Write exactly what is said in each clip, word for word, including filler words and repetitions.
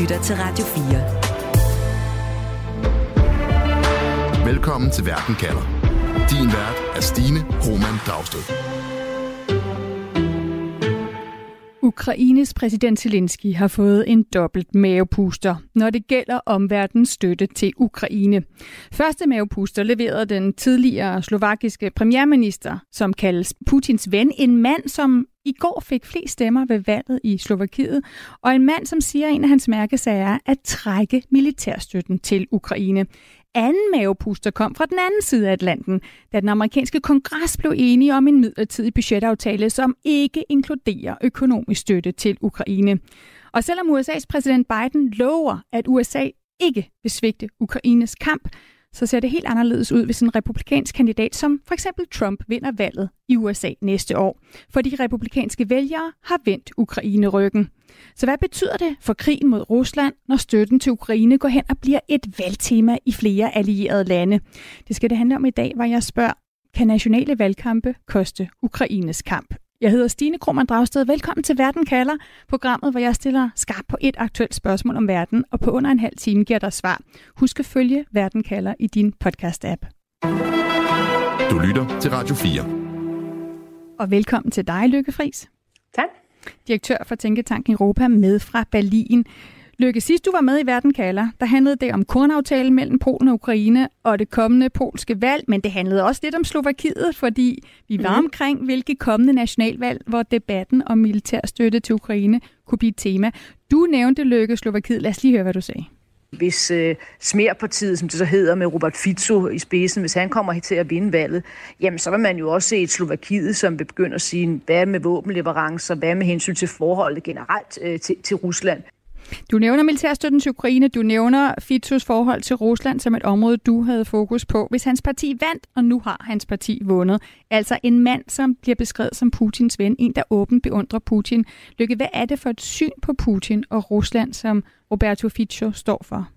lytter til Radio fire. Velkommen til Verden kalder. Din vært er Stine Krohmann Dragsted. Ukraines præsident Zelensky har fået en dobbelt mavepuster, når det gælder omverdenens støtte til Ukraine. Første mavepuster leverede den tidligere slovakiske premierminister, som kaldes Putins ven, en mand, som i går fik flest stemmer ved valget i Slovakiet, og en mand, som siger, at en af hans mærkesager er at trække militærstøtten til Ukraine. Anden mavepuster kom fra den anden side af Atlanten, da den amerikanske kongres blev enige om en midlertidig budgetaftale, som ikke inkluderer økonomisk støtte til Ukraine. Og selvom U S A's præsident Biden lover, at U S A ikke vil svigte Ukraines kamp, så ser det helt anderledes ud, hvis en republikansk kandidat som for eksempel Trump vinder valget i U S A næste år. For de republikanske vælgere har vendt Ukraine ryggen. Så hvad betyder det for krigen mod Rusland, når støtten til Ukraine går hen og bliver et valgtema i flere allierede lande? Det skal det handle om i dag, hvor jeg spørger, kan nationale valgkampe koste Ukraines kamp? Jeg hedder Stine Krohmann Dragsted. Velkommen til Verden kalder, programmet, hvor jeg stiller skarp på et aktuelt spørgsmål om verden, og på under en halv time giver dig svar. Husk at følge Verden kalder i din podcast-app. Du lytter til Radio fire. Og velkommen til dig, Lykke Friis. Tak. Direktør for Tænketanken Europa med fra Berlin. Lykke, sidst du var med i Verden kalder, der handlede det om kornaftalen mellem Polen og Ukraine og det kommende polske valg, men det handlede også lidt om Slovakiet, fordi vi var mm. omkring, hvilke kommende nationalvalg, hvor debatten om militærstøtte til Ukraine kunne blive et tema. Du nævnte, Lykke, Slovakiet. Lad os lige høre, hvad du sagde. Hvis øh, Smerpartiet, som det så hedder, med Robert Fico i spidsen, hvis han kommer til at vinde valget, jamen så vil man jo også se et Slovakiet, som begynder at sige, hvad med våbenleverancer, hvad med hensyn til forholdet generelt øh, til, til Rusland. Du nævner militærstøtten til Ukraine, du nævner Ficos forhold til Rusland som et område, du havde fokus på. Hvis hans parti vandt, og nu har hans parti vundet, altså en mand, som bliver beskrevet som Putins ven, en, der åbent beundrer Putin. Lykke, hvad er det for et syn på Putin og Rusland, som Roberto Fico står for?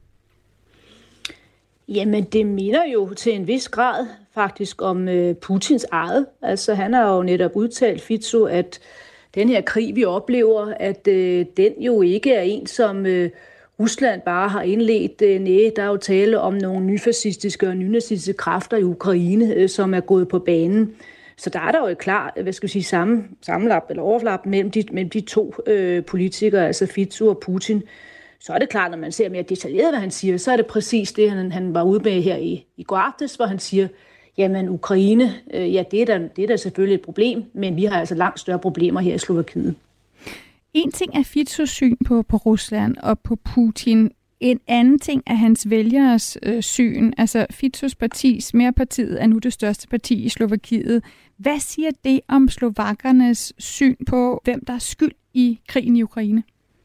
Jamen, det minder jo til en vis grad faktisk om øh, Putins eget. Altså, han har jo netop udtalt, Fico, at den her krig, vi oplever, at øh, den jo ikke er en, som øh, Rusland bare har indledt. Øh, næh, der er jo tale om nogle nyfascistiske og nynazistiske kræfter i Ukraine, øh, som er gået på banen. Så der er der jo et klart, hvad skal vi sige, sammen, sammenlap eller overlap mellem de, mellem de to øh, politikere, altså Fico og Putin. Så er det klart, når man ser mere detaljeret, hvad han siger, så er det præcis det, han, han var ude med her i, i går aftes, hvor han siger, jamen Ukraine, øh, ja, det er, da, det er da selvfølgelig et problem, men vi har altså langt større problemer her i Slovakiet. En ting er Ficos syn på, på Rusland og på Putin. En anden ting er hans vælgeres øh, syn. Altså Ficos parti, Smerpartiet, er nu det største parti i Slovakiet. Hvad siger det om slovakkernes syn på, hvem der er skyld i krigen i Ukraine?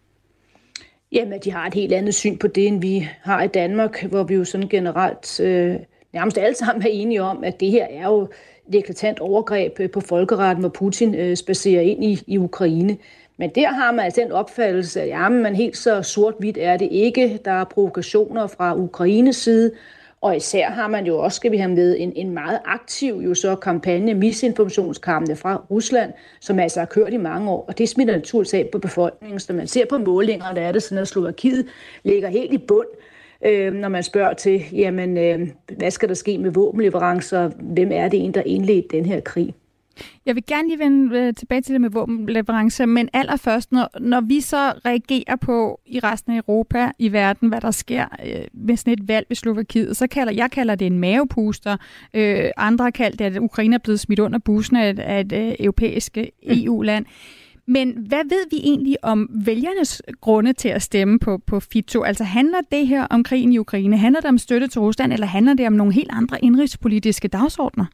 Jamen, de har et helt andet syn på det, end vi har i Danmark, hvor vi jo sådan generelt øh, nærmest alle sammen er enige om, at det her er jo et eklatant overgreb på folkeretten, hvor Putin øh, spacerer ind i, i Ukraine. Men der har man altså den opfattelse, at jamen, man helt så sort-hvidt er det ikke. Der er provokationer fra Ukraines side, og især har man jo også, skal vi have med, en, en meget aktiv jo så kampagne, misinformationskampagne fra Rusland, som altså har kørt i mange år, og det smitter naturligvis af på befolkningen. Så når man ser på målinger, der er det sådan, at Slovakiet ligger helt i bund, øh, når man spørger til, jamen, øh, hvad skal der ske med våbenleverancer? Hvem er det en, der indledte den her krig? Jeg vil gerne lige vende tilbage til det med våbenleverancer, men allerførst, når, når vi så reagerer på i resten af Europa, i verden, hvad der sker øh, med sådan et valg ved Slovakiet, så kalder jeg kalder det en mavepuster. Øh, andre kalder det, at Ukraine er blevet smidt under bussen af et, af et øh, europæisk E U-land. Men hvad ved vi egentlig om vælgernes grunde til at stemme på, på Fico? Altså handler det her om krigen i Ukraine? Handler det om støtte til Rusland, eller handler det om nogle helt andre indrigspolitiske dagsordner?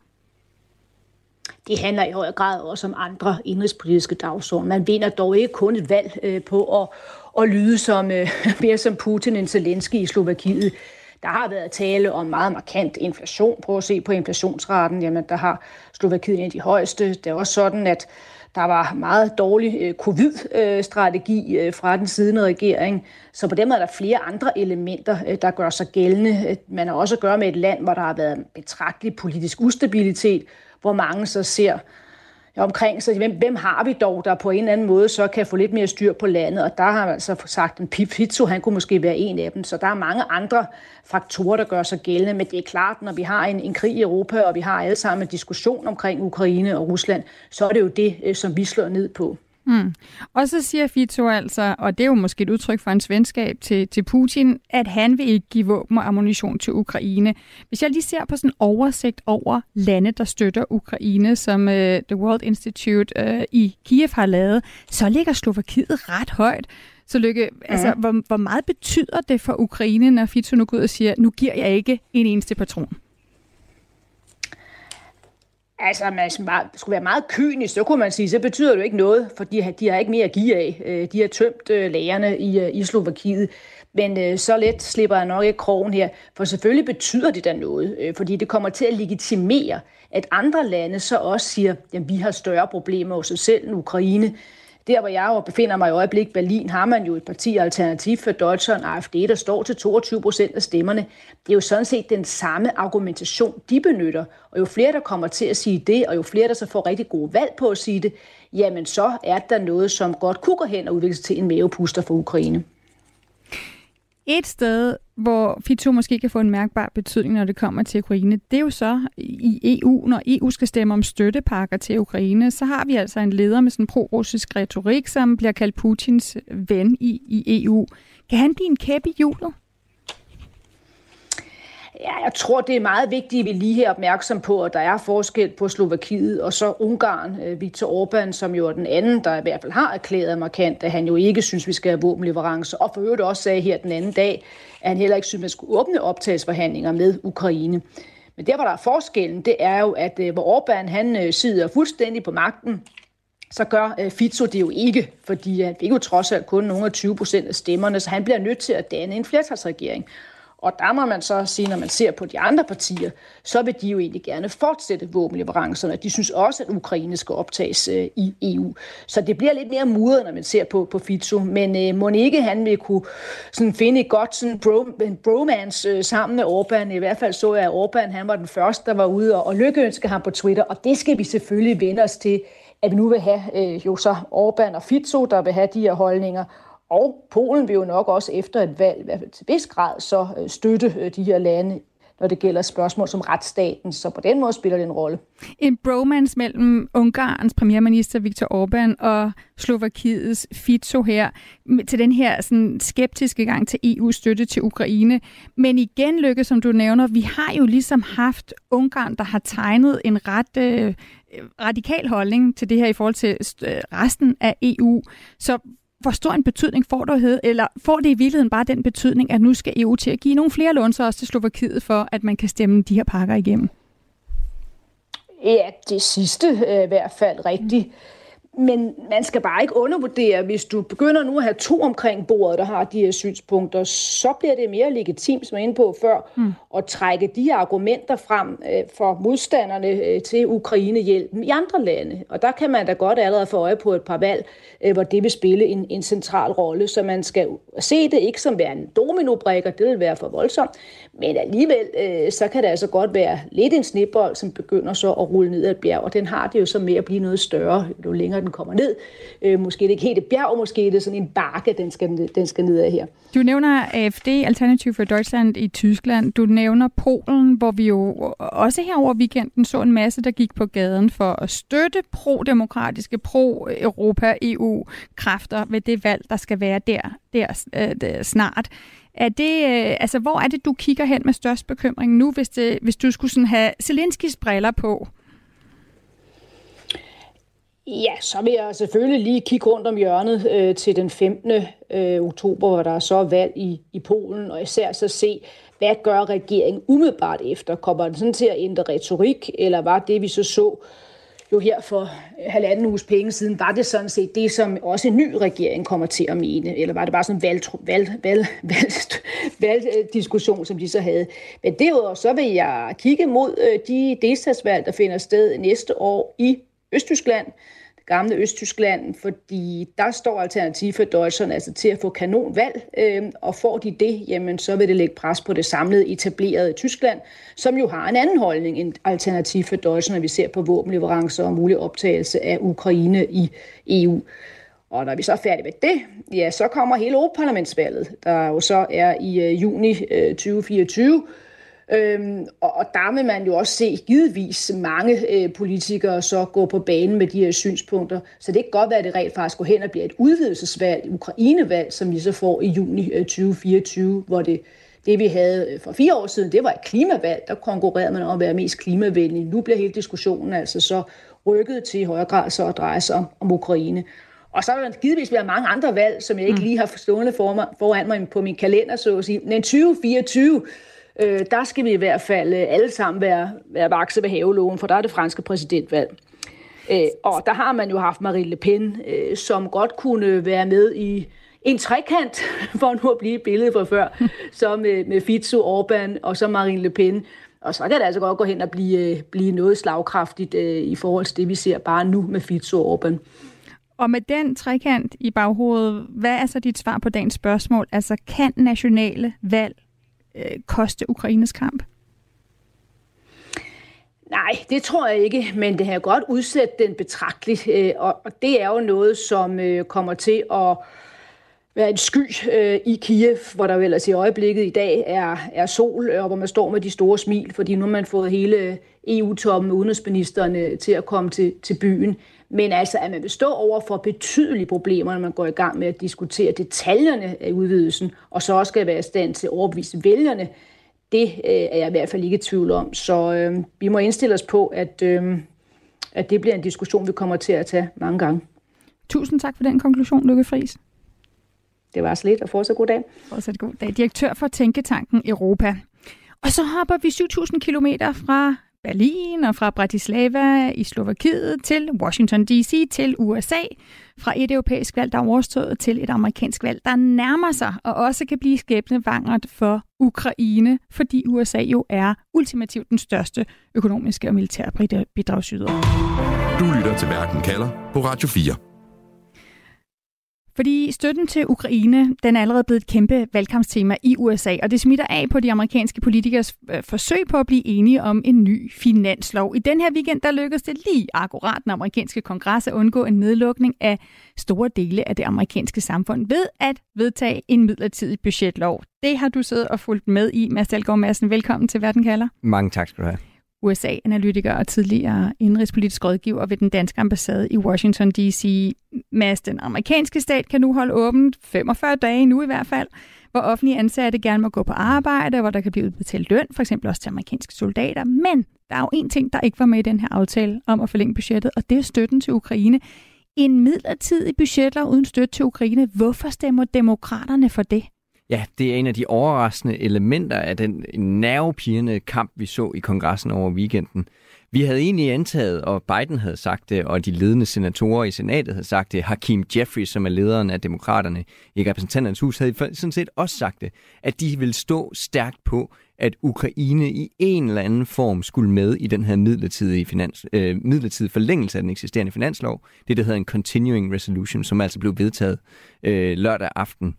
Det handler i høj grad også om andre indrigspolitiske dagsordner. Man vinder dog ikke kun et valg øh, på at, at lyde som, øh, mere som Putin end Zelensky i Slovakiet. Der har været tale om meget markant inflation. Prøv at se på inflationsraten. Jamen, der har Slovakiet en af de højeste. Det er også sådan, at der var meget dårlig øh, covid-strategi øh, fra den siddende regering. Så på den måde er der flere andre elementer, øh, der gør sig gældende. Man har også at gøre med et land, hvor der har været betragtelig politisk ustabilitet, hvor mange så ser omkring sig. Hvem, hvem har vi dog, der på en eller anden måde så kan få lidt mere styr på landet? Og der har man altså sagt, en Fico, han kunne måske være en af dem. Så der er mange andre faktorer, der gør sig gældende. Men det er klart, når vi har en, en krig i Europa, og vi har alle sammen en diskussion omkring Ukraine og Rusland, så er det jo det, som vi slår ned på. Mm. Og så siger Fico altså, og det er jo måske et udtryk for en venskab til, til Putin, at han vil ikke give våben og ammunition til Ukraine. Hvis jeg lige ser på sådan en oversigt over lande, der støtter Ukraine, som uh, The World Institute uh, i Kiev har lavet, så ligger Slovakiet ret højt. Så Lykke, ja. altså, hvor, hvor meget betyder det for Ukraine, når Fico nu går ud og siger, nu giver jeg ikke en eneste patron? Altså, man skulle være meget kynisk, så kunne man sige, så betyder det jo ikke noget, for de har, de har ikke mere at give af. De har tømt lagerne i, i Slovakiet, men så let slipper jeg nok ikke krogen her, for selvfølgelig betyder det da noget, fordi det kommer til at legitimere, at andre lande så også siger, at vi har større problemer hos os selv end Ukraine. Der, hvor jeg jo befinder mig i øjeblik, Berlin, har man jo et parti Alternativ for Deutschland, A F D, der står til toogtyve procent af stemmerne. Det er jo sådan set den samme argumentation, de benytter. Og jo flere, der kommer til at sige det, og jo flere, der så får rigtig gode valg på at sige det, jamen så er der noget, som godt kunne gå hen og udvikle sig til en mavepuster for Ukraine. Et sted, hvor Fico måske kan få en mærkbar betydning, når det kommer til Ukraine, det er jo så i E U. Når E U skal stemme om støttepakker til Ukraine, så har vi altså en leder med sådan en pro-russisk retorik, som bliver kaldt Putins ven i, i E U. Kan han blive en kæp i hjulet? Ja, jeg tror, det er meget vigtigt, at vi lige her er opmærksom på, at der er forskel på Slovakiet og så Ungarn. Viktor Orbán, som jo er den anden, der i hvert fald har erklæret markant, at han jo ikke synes, vi skal have våbenleverancer. Og for øvrigt også sagde her den anden dag, at han heller ikke synes, man skulle åbne optagelsesforhandlinger med Ukraine. Men der, hvor der er forskellen, det er jo, at hvor Orbán han sidder fuldstændig på magten, så gør Fico det jo ikke, fordi han fik jo trods alt kun nogle af tyve procent af stemmerne, så han bliver nødt til at danne en flertalsregering. Og der må man så sige, når man ser på de andre partier, så vil de jo egentlig gerne fortsætte våbenleverancerne. De synes også, at Ukraine skal optages øh, i E U. Så det bliver lidt mere mudret, når man ser på, på Fico. Men øh, må ikke han vil kunne sådan, finde et godt sådan, bro, en bromance øh, sammen med Orbán. I hvert fald så jeg, at Orbán han var den første, der var ude og, og lykkeønske ham på Twitter. Og det skal vi selvfølgelig vende os til, at vi nu vil have øh, jo så Orbán og Fico, der vil have de her holdninger. Og Polen vil jo nok også efter et valg, i hvert fald til vis grad, så støtte de her lande, når det gælder spørgsmål som retsstaten. Så på den måde spiller det en rolle. En bromance mellem Ungarns premierminister Viktor Orbán og Slovakiets Fico her, til den her sådan, skeptiske gang til E U's støtte til Ukraine. Men igen, Lykke, som du nævner, vi har jo ligesom haft Ungarn, der har tegnet en ret øh, radikal holdning til det her i forhold til resten af E U. Så hvor stor en betydning får det, eller får det i virkeligheden bare den betydning, at nu skal E U til at give nogle flere lunser også til Slovakiet for, at man kan stemme de her pakker igennem? Ja, det sidste er i hvert fald rigtigt. Men man skal bare ikke undervurdere, hvis du begynder nu at have to omkring bordet, der har de her synspunkter, så bliver det mere legitimt, som jeg er inde på før, mm. at trække de her argumenter frem øh, for modstanderne øh, til Ukraine-hjælpen i andre lande. Og der kan man da godt allerede få øje på et par valg, øh, hvor det vil spille en, en central rolle. Så man skal se det ikke som være en dominobrikker, det vil være for voldsomt, men alligevel øh, så kan det altså godt være lidt en snebold, som begynder så at rulle ned ad et bjerg, og den har det jo så med at blive noget større, jo længere den kommer ned. Øh, måske er det ikke helt et bjerg, måske er det sådan en bakke, den skal, den skal ned af her. Du nævner A F D, Alternativ for Deutschland i Tyskland. Du nævner Polen, hvor vi jo også her over weekenden så en masse, der gik på gaden for at støtte pro-demokratiske, pro-Europa, E U-kræfter ved det valg, der skal være der, der, der snart. Er det, altså, hvor er det, du kigger hen med størst bekymring nu, hvis, det, hvis du skulle sådan have Zelenskis briller på? Ja, så vil jeg selvfølgelig lige kigge rundt om hjørnet øh, til den femtende Øh, oktober, hvor der er så valg i, i Polen, og især så se, hvad gør regeringen umiddelbart efter? Kommer den sådan til at ændre retorik, eller var det, vi så så jo her for halvanden uges penge siden, var det sådan set det, som også en ny regering kommer til at mene, eller var det bare sådan en valg, valg, valg, valg, valgdiskussion, som de så havde. Men derudover så vil jeg kigge mod de delstatsvalg, der finder sted næste år i Østtyskland. gamle Østtyskland, fordi der står Alternative for Deutschland altså til at få kanonvalg, øh, og får de det, jamen så vil det lægge pres på det samlede etablerede Tyskland, som jo har en anden holdning end Alternative for Deutschland, når vi ser på våbenleverancer og mulig optagelse af Ukraine i E U. Og når vi så er færdige med det, ja, så kommer hele Europaparlamentsvalget, der jo så er i øh, juni øh, tyve fireogtyve. Øhm, og, og der vil man jo også se givetvis mange øh, politikere så gå på banen med de her synspunkter. Så det kan godt være, at det rent faktisk går hen og bliver et udvidelsesvalg, et Ukrainevalg, som vi så får i juni øh, tyve fireogtyve, hvor det, det vi havde for fire år siden, det var et klimavalg. Der konkurrerede man om at være mest klimavenlig. Nu bliver hele diskussionen altså så rykket til i højere grad så at dreje sig om, om Ukraine. Og så vil der givetvis være mange andre valg, som jeg ikke lige har stående for mig, foran mig på min kalender, så at sige. Men tyve fireogtyve, øh, der skal vi i hvert fald øh, alle sammen være, være vakse ved havelågen, for der er det franske præsidentvalg. Øh, og der har man jo haft Marine Le Pen, øh, som godt kunne være med i en trekant, for nu at blive et billede fra før, så med, med Fico, Orbán og så Marine Le Pen. Og så kan det altså godt gå hen og blive, blive noget slagkraftigt øh, i forhold til det, vi ser bare nu med Fico og Orbán. Og med den trekant i baghovedet, hvad er så dit svar på dagens spørgsmål? Altså, kan nationale valg øh, koste Ukraines kamp? Nej, det tror jeg ikke, men det har godt udsat den betragteligt. Øh, og, og det er jo noget, som øh, kommer til at være en sky øh, i Kiev, hvor der vel altså i øjeblikket i dag er, er sol, og hvor man står med de store smil, fordi nu har man fået hele E U-toppen, udenrigsministerne, til at komme til, til byen. Men altså, at man vil stå over for betydelige problemer, når man går i gang med at diskutere detaljerne af udvidelsen, og så også skal være i stand til at overbevise vælgerne, det øh, er jeg i hvert fald ikke i tvivl om. Så øh, vi må indstille os på, at, øh, at det bliver en diskussion, vi kommer til at tage mange gange. Tusind tak for den konklusion, Lykke Friis. Det var så lidt, og fortsat god dag. Fortsat god dag. Direktør for Tænketanken Europa. Og så hopper vi syv tusind kilometer fra Berlin og fra Bratislava i Slovakiet til Washington D C til U S A. Fra et europæisk valg, der er overstået, til et amerikansk valg, der nærmer sig og også kan blive skæbnevangert for Ukraine, fordi U S A jo er ultimativt den største økonomiske og militære bidragsyder. Du lytter til Verden kalder på Radio fire. Fordi støtten til Ukraine, den er allerede blevet et kæmpe valgkampstema i U S A, og det smitter af på de amerikanske politikers forsøg på at blive enige om en ny finanslov. I den her weekend, der lykkedes det lige akkurat den amerikanske kongres at undgå en nedlukning af store dele af det amerikanske samfund ved at vedtage en midlertidig budgetlov. Det har du siddet og fulgt med i, Mads Dalgaard Madsen. Velkommen til Verden kalder. Mange tak skal du have. U S A-analytiker og tidligere indrigspolitisk rådgiver ved den danske ambassade i Washington D C. Mads, den amerikanske stat kan nu holde åbent femogfyrre dage nu i hvert fald, hvor offentlige ansatte gerne må gå på arbejde, hvor der kan blive udbetalt løn, for eksempel også til amerikanske soldater. Men der er jo en ting, der ikke var med i den her aftale om at forlænge budgettet, og det er støtten til Ukraine. En midlertidig budgetlov uden støtte til Ukraine. Hvorfor stemmer demokraterne for det? Ja, det er en af de overraskende elementer af den nervepirrende kamp, vi så i kongressen over weekenden. Vi havde egentlig antaget, og Biden havde sagt det, og de ledende senatorer i senatet havde sagt det, Hakeem Jeffries, som er lederen af demokraterne i repræsentanternes hus, havde sådan set også sagt det, at de ville stå stærkt på, at Ukraine i en eller anden form skulle med i den her midlertidige, finans, øh, midlertidige forlængelse af den eksisterende finanslov. Det, der hedder en continuing resolution, som altså blev vedtaget øh, lørdag aften.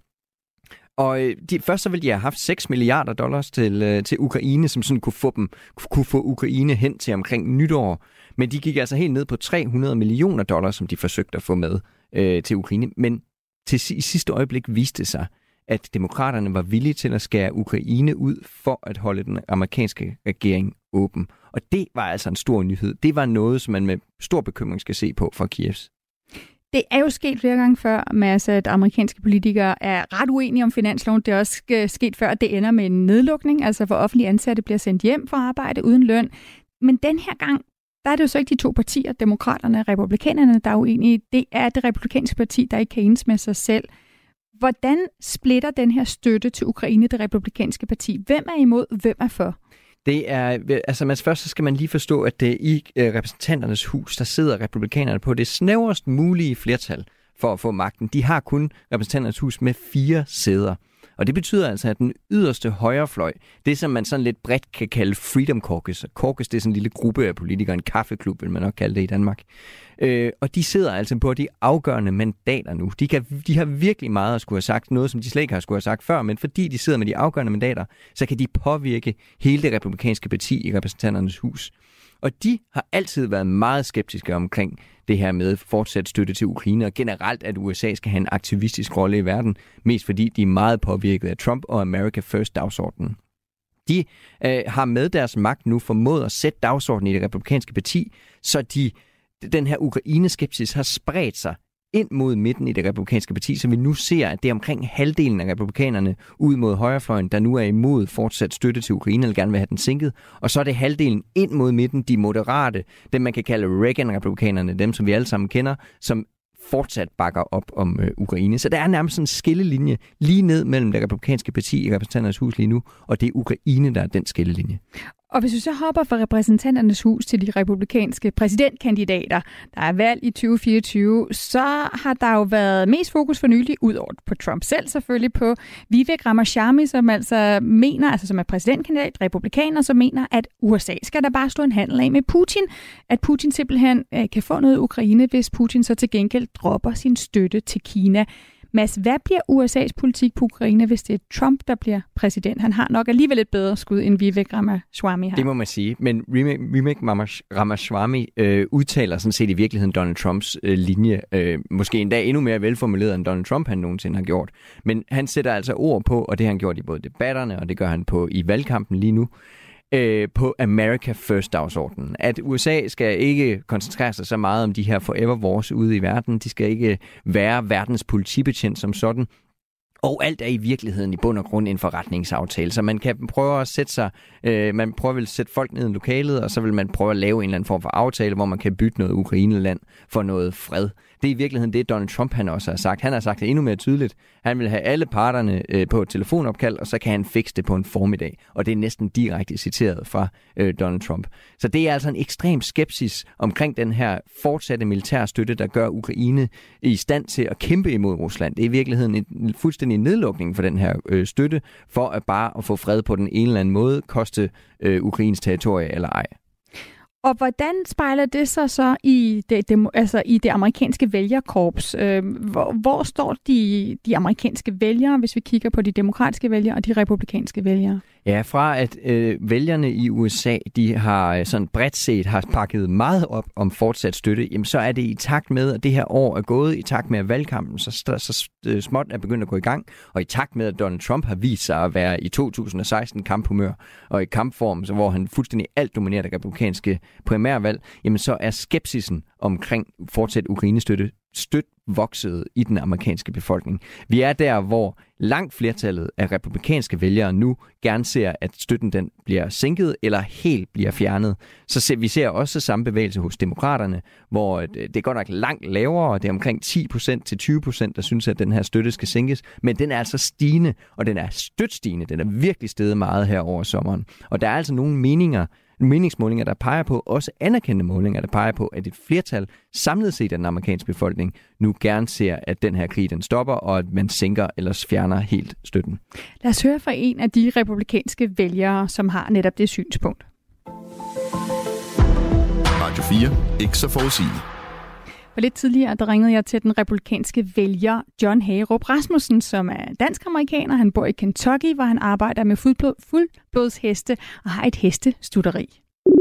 Og de, først så ville de have haft seks milliarder dollars til, til Ukraine, som sådan kunne få, dem, kunne få Ukraine hen til omkring nytår. Men de gik altså helt ned på tre hundrede millioner dollars, som de forsøgte at få med øh, til Ukraine. Men til, i sidste øjeblik viste sig, at demokraterne var villige til at skære Ukraine ud for at holde den amerikanske regering åben. Og det var altså en stor nyhed. Det var noget, som man med stor bekymring skal se på fra Kievs. Det er jo sket flere gange før, Mads, at amerikanske politikere er ret uenige om finansloven. Det er også sket før, at det ender med en nedlukning, altså hvor offentlige ansatte bliver sendt hjem fra arbejde uden løn. Men den her gang, der er det jo så ikke de to partier, demokraterne og republikanerne, der er uenige. Det er det republikanske parti, der ikke kan enes med sig selv. Hvordan splitter den her støtte til Ukraine, det republikanske parti? Hvem er imod, hvem er for? Det er, altså men først så skal man lige forstå, at det i øh, repræsentanternes hus, der sidder republikanerne på det snævrest mulige flertal for at få magten. De har kun repræsentanternes hus med fire sæder. Og det betyder altså, at den yderste højrefløj, det som man sådan lidt bredt kan kalde Freedom Caucus. Caucus, det er sådan en lille gruppe af politikere, en kaffeklub, vil man nok kalde det i Danmark. Øh, og de sidder altså på de afgørende mandater nu. De, kan, de har virkelig meget at skulle have sagt, noget som de slet ikke har skulle have sagt før, men fordi de sidder med de afgørende mandater, så kan de påvirke hele det republikanske parti i repræsentanternes hus. Og de har altid været meget skeptiske omkring det her med fortsat støtte til Ukraine, og generelt, at U S A skal have en aktivistisk rolle i verden, mest fordi de er meget påvirket af Trump og America First-dagsordenen. De øh, har med deres magt nu formået at sætte dagsordenen i det republikanske parti, så de, den her Ukraine-skepsis har spredt sig ind mod midten i det republikanske parti, så vi nu ser, at det er omkring halvdelen af republikanerne ud mod højrefløjen, der nu er imod fortsat støtte til Ukraine, eller gerne vil have den sænket. Og så er det halvdelen ind mod midten, de moderate, dem man kan kalde Reagan-republikanerne, dem som vi alle sammen kender, som fortsat bakker op om øh, Ukraine. Så der er nærmest en skillelinje lige ned mellem det republikanske parti i repræsentanternes hus lige nu, og det er Ukraine, der er den skillelinje. Og hvis vi så hopper fra repræsentanternes hus til de republikanske præsidentkandidater, der er valg i tyve fireogtyve, så har der jo været mest fokus for nylig, ud over på Trump selv selvfølgelig, på Vivek Ramaswamy, som altså mener, altså som er præsidentkandidat, republikaner, som mener, at U S A skal der bare slå en handel af med Putin, at Putin simpelthen øh, kan få noget Ukraine, hvis Putin så til gengæld dropper sin støtte til Kina. Mads, hvad bliver U S A's politik på Ukraine, hvis det er Trump, der bliver præsident? Han har nok alligevel et bedre skud, end Vivek Ramaswamy har. Det må man sige. Men Vivek Ramaswamy øh, udtaler sådan set i virkeligheden Donald Trumps øh, linje. Øh, måske endda endnu mere velformuleret, end Donald Trump han nogensinde har gjort. Men han sætter altså ord på, og det har han gjort i både debatterne, og det gør han på i valgkampen lige nu, på America First-dagsordenen. At U S A skal ikke koncentrere sig så meget om de her forever wars ude i verden. De skal ikke være verdens politibetjent som sådan. Og alt er i virkeligheden i bund og grund en forretningsaftale. Så man kan prøve at sætte sig, øh, man prøver at sætte folk ned i lokalet, og så vil man prøve at lave en eller anden form for aftale, hvor man kan bytte noget Ukraineland for noget fred. Det er i virkeligheden det, Donald Trump han også har sagt. Han har sagt det endnu mere tydeligt. Han vil have alle parterne øh, på et telefonopkald, og så kan han fikse det på en formiddag. Og det er næsten direkte citeret fra øh, Donald Trump. Så det er altså en ekstrem skepsis omkring den her fortsatte militærstøtte, der gør Ukraine i stand til at kæmpe imod Rusland. Det er i virkeligheden en fuldstændig nedlukning for den her øh, støtte, for at bare at få fred på den ene eller anden måde, koste øh, Ukraines territorie eller ej. Og hvordan spejler det sig så i det, det, altså i det amerikanske vælgerkorps? Øh, hvor, hvor står de, de amerikanske vælgere, hvis vi kigger på de demokratiske vælgere og de republikanske vælgere? Ja, fra at øh, vælgerne i U S A, de har sådan bredt set har pakket meget op om fortsat støtte, jamen så er det i takt med, at det her år er gået, i takt med at valgkampen så, så småt er begyndt at gå i gang, og i takt med, at Donald Trump har vist sig at være i to tusind og seksten kamphumør og i kampform, så hvor han fuldstændig alt dominerer det republikanske primærvalg, jamen så er skepsisen omkring fortsat Ukraine-støtte støt vokset i den amerikanske befolkning. Vi er der, hvor langt flertallet af republikanske vælgere nu gerne ser, at støtten den bliver sænket eller helt bliver fjernet. Så ser, vi ser også samme bevægelse hos demokraterne, hvor det er godt nok langt lavere, det er omkring ti procent til tyve procent, der synes, at den her støtte skal sænkes, men den er altså stigende, og den er støt stigende. Den er virkelig steget meget her over sommeren. Og der er altså nogle meninger, meningsmålinger, der peger på, også anerkendte målinger, der peger på, at et flertal samlet set af den amerikanske befolkning nu gerne ser, at den her krig den stopper, og at man sænker eller fjerner helt støtten. Lad os høre fra en af de republikanske vælgere, som har netop det synspunkt. Radio fire. Ikke så forudsigende. For lidt tidligere, der ringede jeg til den republikanske vælger John Hagerup Rasmussen, som er dansk-amerikaner. Han bor i Kentucky, hvor han arbejder med fuldblod, fuldblodsheste og har et hestestuderi.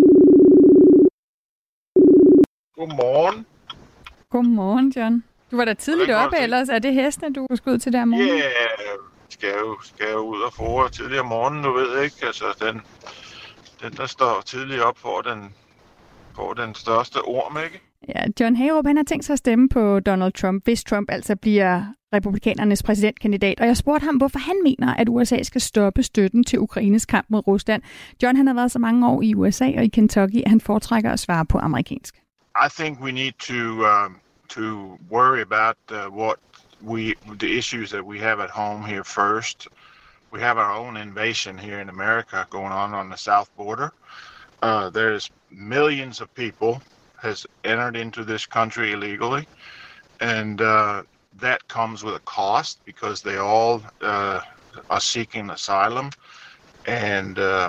Godmorgen. Godmorgen, John. Du var da tidligt oppe, ellers er det hestene, du skulle ud til der morgen? Ja, yeah, skal jeg jo, skal jeg jo ud og fore tidligere om morgenen, du ved ikke. Altså, den, den der står tidligt op, får den, får den største orm, ikke? Ja, John Hagerup, han har tænkt sig at stemme på Donald Trump, hvis Trump altså bliver republikanernes præsidentkandidat. Og jeg spurgte ham, hvorfor han mener, at U S A skal stoppe støtten til Ukraines kamp mod Rusland. John, han har været så mange år i U S A og i Kentucky, at han foretrækker at svare på amerikansk. I think we need to um, to worry about uh, what we the issues that we have at home here first. We have our own invasion here in America going on on the south border. Uh, there's millions of people has entered into this country illegally, and uh, that comes with a cost because they all uh, are seeking asylum. And uh,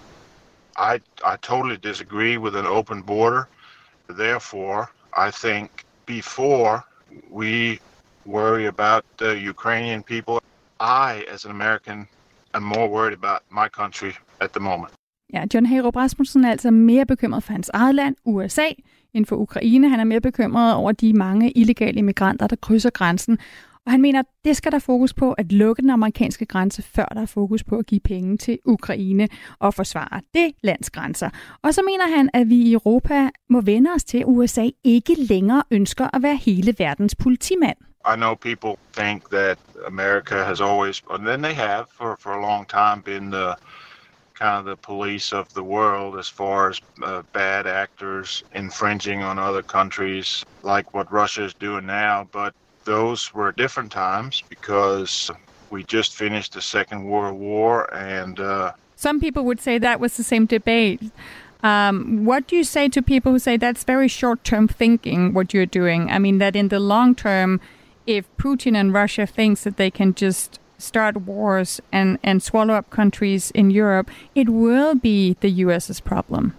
I, I totally disagree with an open border. Therefore, I think before we worry about the Ukrainian people, I, as an American, am more worried about my country at the moment. Ja, John Hagerup Rasmussen er altså mere bekymret for hans eget land, U S A, end for Ukraine. Han er mere bekymret over de mange illegale immigranter, der krydser grænsen. Og han mener, at det skal der fokus på at lukke den amerikanske grænse, før der er fokus på at give penge til Ukraine og forsvare det lands grænser. Og så mener han, at vi i Europa må vende os til, at U S A ikke længere ønsker at være hele verdens politimand. I know people think that America has always, and then they have for, for a long time, been the kind of the police of the world as far as uh, bad actors infringing on other countries, like what Russia is doing now. But those were different times because we just finished the Second World War, and uh, some people would say that was the same debate. Um, what do you say to people who say that's very short-term thinking, what you're doing? I mean, that in the long term, if Putin and Russia thinks that they can just start wars and, and swallow up countries in Europe, it will be the U S's problem.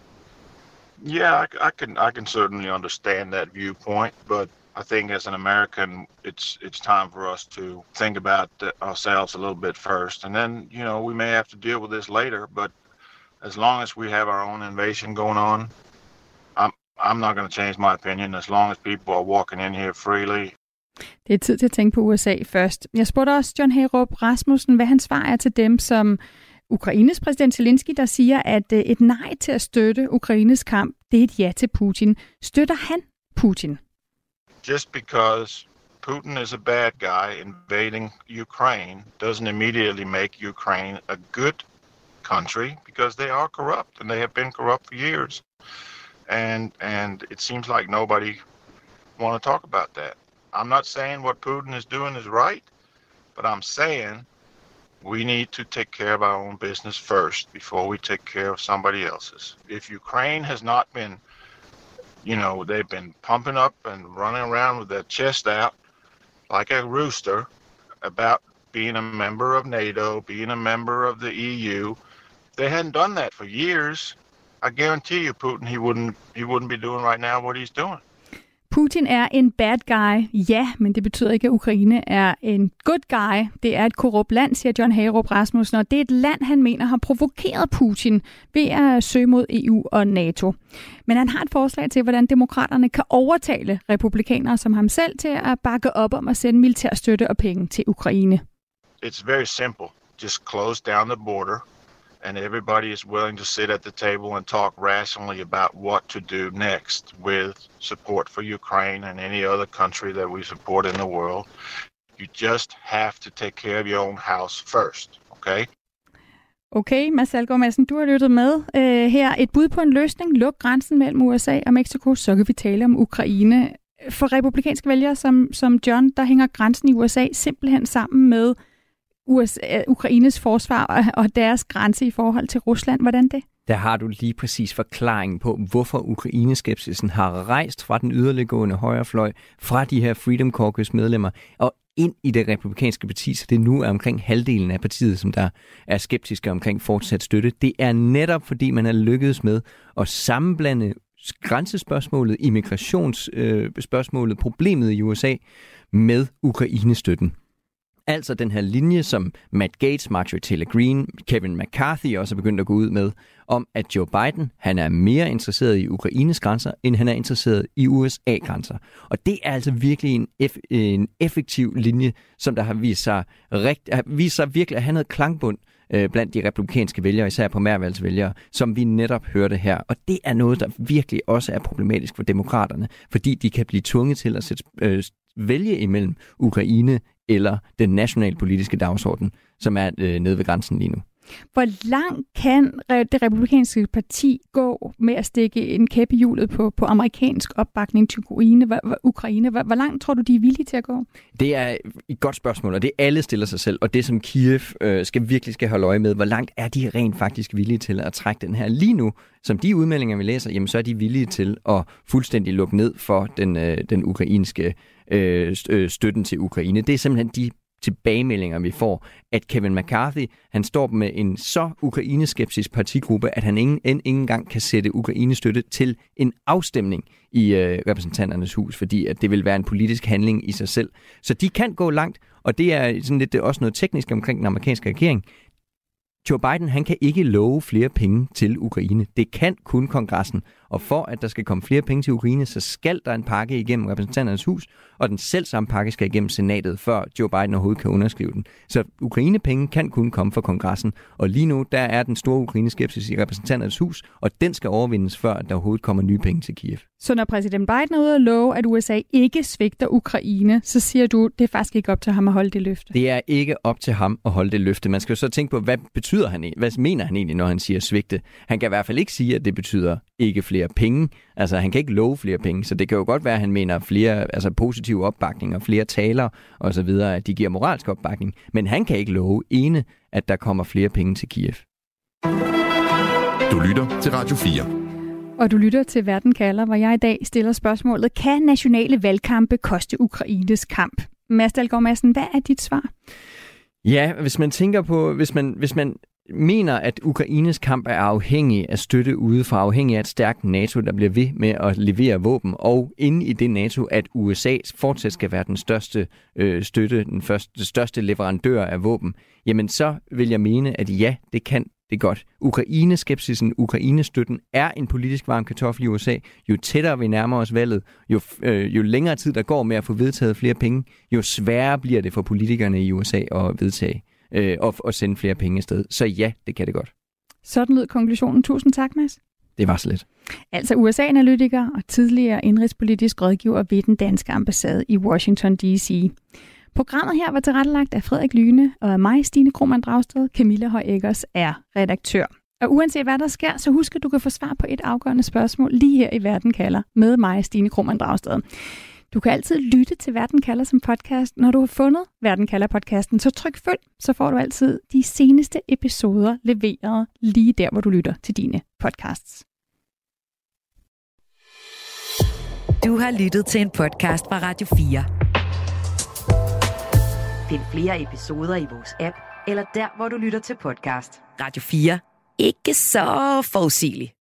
Yeah, I, I can I can certainly understand that viewpoint, but I think as an American, it's it's time for us to think about ourselves a little bit first, and then you know we may have to deal with this later. But as long as we have our own invasion going on, I'm I'm not going to change my opinion. As long as people are walking in here freely. Det er tid til at tænke på U S A først. Jeg spurgte også John Hagerup Rasmussen, hvad hans svar er til dem, som Ukraines præsident Zelensky, der siger, at et nej til at støtte Ukraines kamp, det er et ja til Putin. Støtter han Putin? Just because Putin is a bad guy invading Ukraine doesn't immediately make Ukraine a good country, because they are corrupt and they have been corrupt for years. And and it seems like nobody want to talk about that. I'm not saying what Putin is doing is right, but I'm saying we need to take care of our own business first before we take care of somebody else's. If Ukraine has not been, you know, they've been pumping up and running around with their chest out like a rooster about being a member of NATO, being a member of the E U. If they hadn't done that for years, I guarantee you Putin, he wouldn't he wouldn't be doing right now what he's doing. Putin er en bad guy, ja, men det betyder ikke, at Ukraine er en good guy. Det er et korrupt land, siger John Hagerup Rasmussen, og det er et land, han mener har provokeret Putin ved at søge mod E U og NATO. Men han har et forslag til, hvordan demokraterne kan overtale republikanere som ham selv til at bakke op om at sende militærstøtte og penge til Ukraine. It's very simple. Just close down the border. And everybody is willing to sit at the table and talk rationally about what to do next with support for Ukraine and any other country that we support in the world. You just have to take care of your own house first, okay? Okay, Mads Algaard Madsen, du har lyttet med uh, her. Et bud på en løsning. Luk grænsen mellem U S A og Mexico, så kan vi tale om Ukraine. For republikanske vælgere som, som John, der hænger grænsen i U S A simpelthen sammen med U S A, Ukraines forsvar og, og deres grænse i forhold til Rusland. Hvordan det? Der har du lige præcis forklaringen på, hvorfor Ukraineskepsisen har rejst fra den yderliggående højrefløj, fra de her Freedom Caucus medlemmer, og ind i det republikanske parti, så det nu er omkring halvdelen af partiet, som der er skeptiske omkring fortsat støtte. Det er netop, fordi man er lykkedes med at sammenblande grænsespørgsmålet, immigrationsspørgsmålet, øh, problemet i U S A med Ukrainestøtten. Altså den her linje, som Matt Gaetz, Marjorie Taylor Greene, Kevin McCarthy også er begyndt at gå ud med, om at Joe Biden, han er mere interesseret i Ukraines grænser, end han er interesseret i U S A-grænser. Og det er altså virkelig en, eff- en effektiv linje, som der har vist sig, rigt- har vist sig virkelig at have noget klangbund øh, blandt de republikanske vælgere, især primærvalgsvælgere, som vi netop hørte her. Og det er noget, der virkelig også er problematisk for demokraterne, fordi de kan blive tvunget til at sætte, øh, vælge imellem Ukraine eller den nationalpolitiske dagsorden, som er øh, nede ved grænsen lige nu. Hvor langt kan det republikanske parti gå med at stikke en kæp i hjulet på, på amerikansk opbakning til Ukraine? Hvor, Ukraine? Hvor, hvor langt tror du, de er villige til at gå? Det er et godt spørgsmål, og det alle stiller sig selv, og det som Kiev øh, skal virkelig skal holde øje med, hvor langt er de rent faktisk villige til at trække den her lige nu? Som de udmeldinger, vi læser, jamen, så er de villige til at fuldstændig lukke ned for den, øh, den ukrainske øh, støtten til Ukraine. Det er simpelthen de tilbagemeldinger, vi får, at Kevin McCarthy, han står med en så ukraineskeptisk partigruppe, at han ingen, end ingen gang kan sætte Ukraine-støtte til en afstemning i øh, repræsentanternes hus, fordi at det vil være en politisk handling i sig selv. Så de kan gå langt, og det er sådan lidt det er også noget teknisk omkring den amerikanske regering. Joe Biden, han kan ikke love flere penge til Ukraine. Det kan kun kongressen. Og for at der skal komme flere penge til Ukraine, så skal der en pakke igennem repræsentanternes hus, og den selv samme pakke skal igennem senatet, før Joe Biden overhovedet kan underskrive den. Så Ukraine-penge kan kun komme fra kongressen. Og lige nu, der er den store Ukraine-skepsis i repræsentanternes hus, og den skal overvindes, før der overhovedet kommer nye penge til Kiev. Så når præsident Biden er ude at love, at U S A ikke svigter Ukraine, så siger du, det er faktisk ikke op til ham at holde det løfte? Det er ikke op til ham at holde det løfte. Man skal jo så tænke på, hvad betyder han egentlig? Hvad mener han egentlig, når han siger svigte? Han kan i hvert fald ikke sige, at det betyder ikke flere penge. Altså, han kan ikke love flere penge, så det kan jo godt være, at han mener flere altså positive opbakninger, flere taler og så videre, at de giver moralsk opbakning. Men han kan ikke love ene, at der kommer flere penge til Kiev. Du lytter til Radio fire. Og du lytter til Verden kalder, hvor jeg i dag stiller spørgsmålet, kan nationale valgkampe koste Ukraines kamp? Mads Dalgaard Madsen, hvad er dit svar? Ja, hvis man tænker på, hvis man, hvis man mener, at Ukraines kamp er afhængig af støtte udefra, afhængig af et stærkt NATO, der bliver ved med at levere våben, og inde i det NATO, at U S A fortsat skal være den største øh, støtte, den første, største leverandør af våben, jamen så vil jeg mene, at ja, det kan det godt. Ukraine-skepsisen, Ukraine-støtten er en politisk varm kartoffel i U S A. Jo tættere vi nærmer os valget, jo, øh, jo længere tid der går med at få vedtaget flere penge, jo sværere bliver det for politikerne i U S A at vedtage øh, og, og sende flere penge afsted. Så ja, det kan det godt. Sådan lød konklusionen. Tusind tak, Mads. Det var så lidt. Altså U S A-analytiker og tidligere indrigspolitisk rådgiver ved den danske ambassade i Washington D C Programmet her var tilrettelagt af Frederik Lyne og af mig, Stine Krohmann Dragsted. Camilla Høj Eggers er redaktør. Og uanset hvad der sker, så husk at du kan få svar på et afgørende spørgsmål lige her i Verden kalder med mig, Stine Krohmann Dragsted. Du kan altid lytte til Verden kalder som podcast. Når du har fundet Verden kalder podcasten, så tryk følg, så får du altid de seneste episoder leveret lige der, hvor du lytter til dine podcasts. Du har lyttet til en podcast fra Radio fire. Find flere episoder i vores app, eller der, hvor du lytter til podcast. Radio fire. Ikke så forudsigeligt.